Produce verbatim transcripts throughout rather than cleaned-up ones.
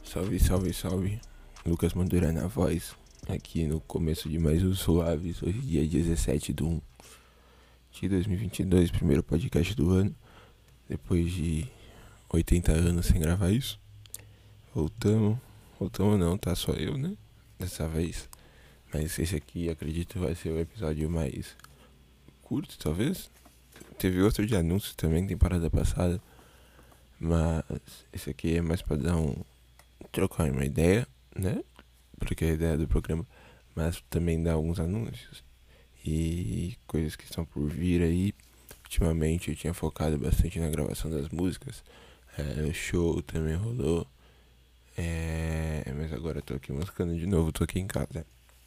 Salve, salve, salve. Lucas Mandura na voz. Aqui no começo de mais um Suaves. Hoje, dia dezessete de um de dois mil e vinte e dois, primeiro podcast do ano. Depois de oitenta anos sem gravar isso. Voltamos. Voltamos não, tá só eu, né? Dessa vez. Mas esse aqui, acredito, vai ser o episódio mais curto, talvez. Teve outro de anúncio também, temporada passada. Mas esse aqui é mais pra dar um... trocar uma ideia, né? Porque é a ideia do programa, mas também dá alguns anúncios e coisas que estão por vir aí. Ultimamente eu tinha focado bastante na gravação das músicas, é, o show também rolou, é, mas agora eu tô aqui musicando de novo, tô aqui em casa.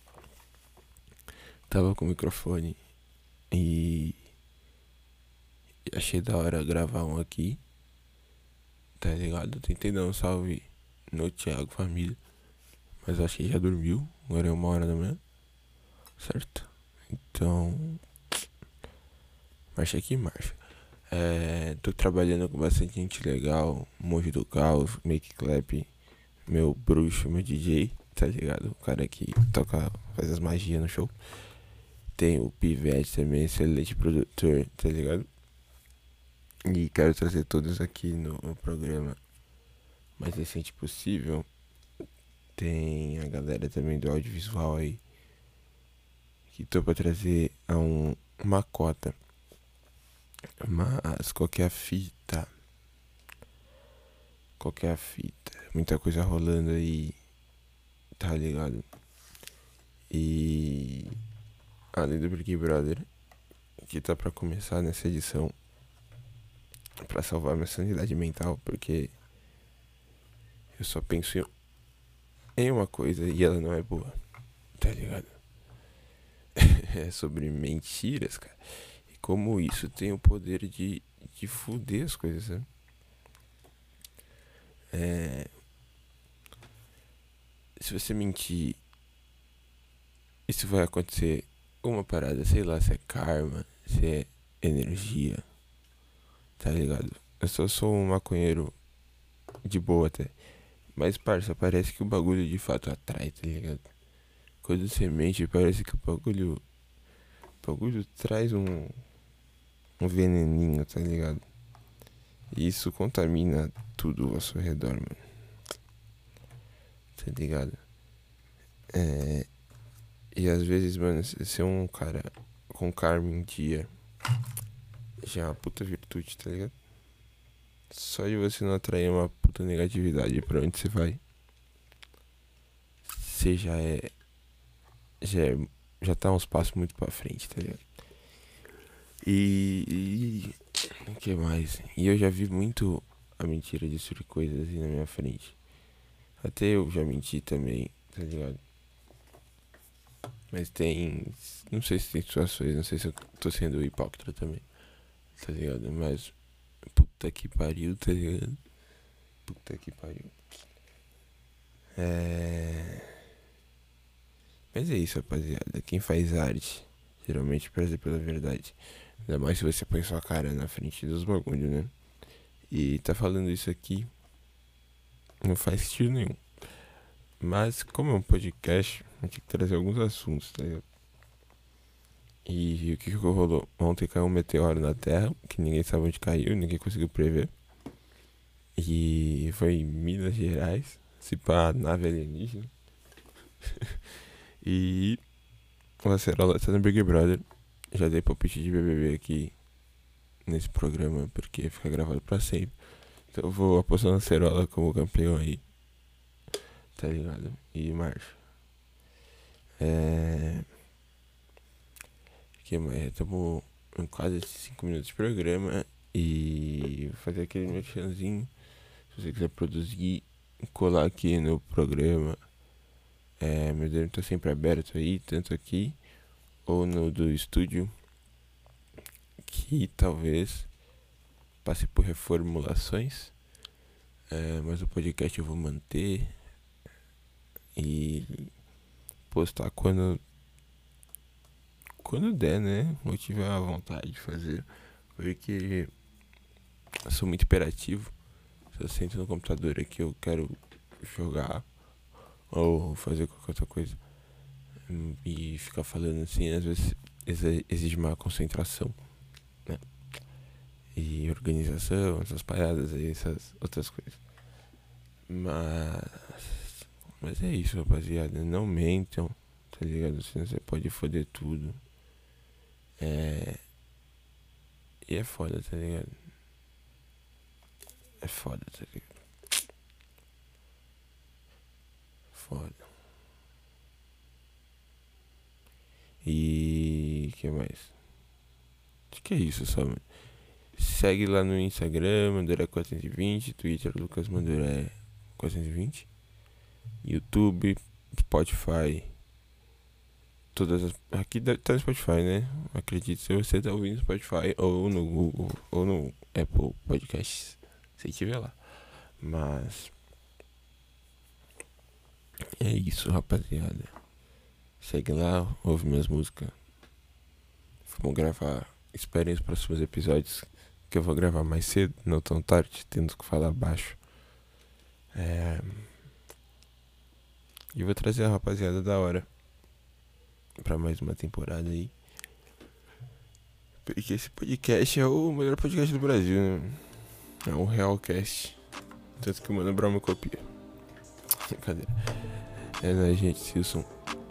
Tava com o microfone e achei da hora gravar um aqui, tá ligado? Tentei dar um salve no Thiago Família, mas acho que já dormiu. Agora é uma hora da manhã, certo? Então, marcha aqui, marcha. É, tô trabalhando com bastante gente legal. Monge do Caos, Make Clap, meu bruxo, meu D J, tá ligado? O cara que toca, faz as magias no show. Tem o Pivete também, excelente produtor, tá ligado? E quero trazer todos aqui no, no programa mais recente possível. Tem a galera também do audiovisual aí, que tô pra trazer a um, uma cota. Mas qual que é a fita? Qual que é a fita? Muita coisa rolando aí, tá ligado? E além do Big Brother, que tá pra começar nessa edição, pra salvar minha sanidade mental, porque eu só penso em, em uma coisa e ela não é boa, tá ligado? É sobre mentiras, cara. E como isso tem o poder de, de fuder as coisas, né? É, se você mentir, isso vai acontecer uma parada, sei lá, se é karma, se é energia, tá ligado? Eu só sou um maconheiro de boa até. Mas, parça, parece que o bagulho de fato atrai, tá ligado? Quando você mente, parece que o bagulho. O bagulho traz um. Um veneninho, tá ligado? E isso contamina tudo ao seu redor, mano. Tá ligado? É. E às vezes, mano, ser um cara com karma em dia já é uma puta virtude, tá ligado? Só de você não atrair uma puta negatividade pra onde você vai, você já é. Já é, já tá uns passos muito pra frente, tá ligado? E. E. O que mais? E eu já vi muito a mentira destruir coisas assim na minha frente. Até eu já menti também, tá ligado? Mas tem. Não sei se tem situações, não sei se eu tô sendo hipócrita também, tá ligado? Mas. Puta que pariu, tá ligado? Puta que pariu. É. Mas é isso, rapaziada. Quem faz arte geralmente preza pela verdade. Ainda mais se você põe sua cara na frente dos bagulhos, né? E tá falando isso aqui não faz sentido nenhum. Mas como é um podcast, a gente tem que trazer alguns assuntos, tá ligado? E o que que rolou? Ontem caiu um meteoro na Terra, que ninguém sabe onde caiu, ninguém conseguiu prever. E foi em Minas Gerais, se pá, nave alienígena. E o Acerola tá no Big Brother. Já dei palpite de B B B aqui nesse programa, porque fica gravado pra sempre. Então eu vou apostar no Acerola como campeão aí, tá ligado? E marcha. É... Que mais? Estamos em quase cinco minutos de programa. E vou fazer aquele merchanzinho. Se você quiser produzir, colar aqui no programa, é, meu D M tá sempre aberto aí, tanto aqui ou no do estúdio, que talvez passe por reformulações, é, mas o podcast eu vou manter e postar quando quando der, né? Eu tiver a vontade de fazer, porque eu sou muito hiperativo. Se eu sento no computador aqui, eu quero jogar ou fazer qualquer outra coisa. E ficar falando assim, às vezes exige uma concentração, né? E organização, essas paradas aí, essas outras coisas. Mas. Mas é isso, rapaziada. Não mentam, tá ligado? Senão você pode foder tudo. É. E é foda, tá ligado? É foda, tá ligado? Foda. E. Que mais? Acho que é isso só, mano. Segue lá no Instagram, Manduré quatrocentos e vinte, Twitter, Lucas Manduré quatrocentos e vinte, YouTube, Spotify, todas as. Aqui tá no Spotify, né? Acredito se você tá ouvindo no Spotify ou no Google ou no Apple Podcasts, se tiver lá. Mas é isso, rapaziada. Segue lá, ouve minhas músicas. Vamos gravar. Esperem os próximos episódios, que eu vou gravar mais cedo, não tão tarde, tendo que falar baixo. É... E vou trazer a rapaziada da hora pra mais uma temporada aí. Porque esse podcast é o melhor podcast do Brasil, né? É o Realcast. Tanto que o Mano Brown me copia. Cadê? É nóis, gente. Silson.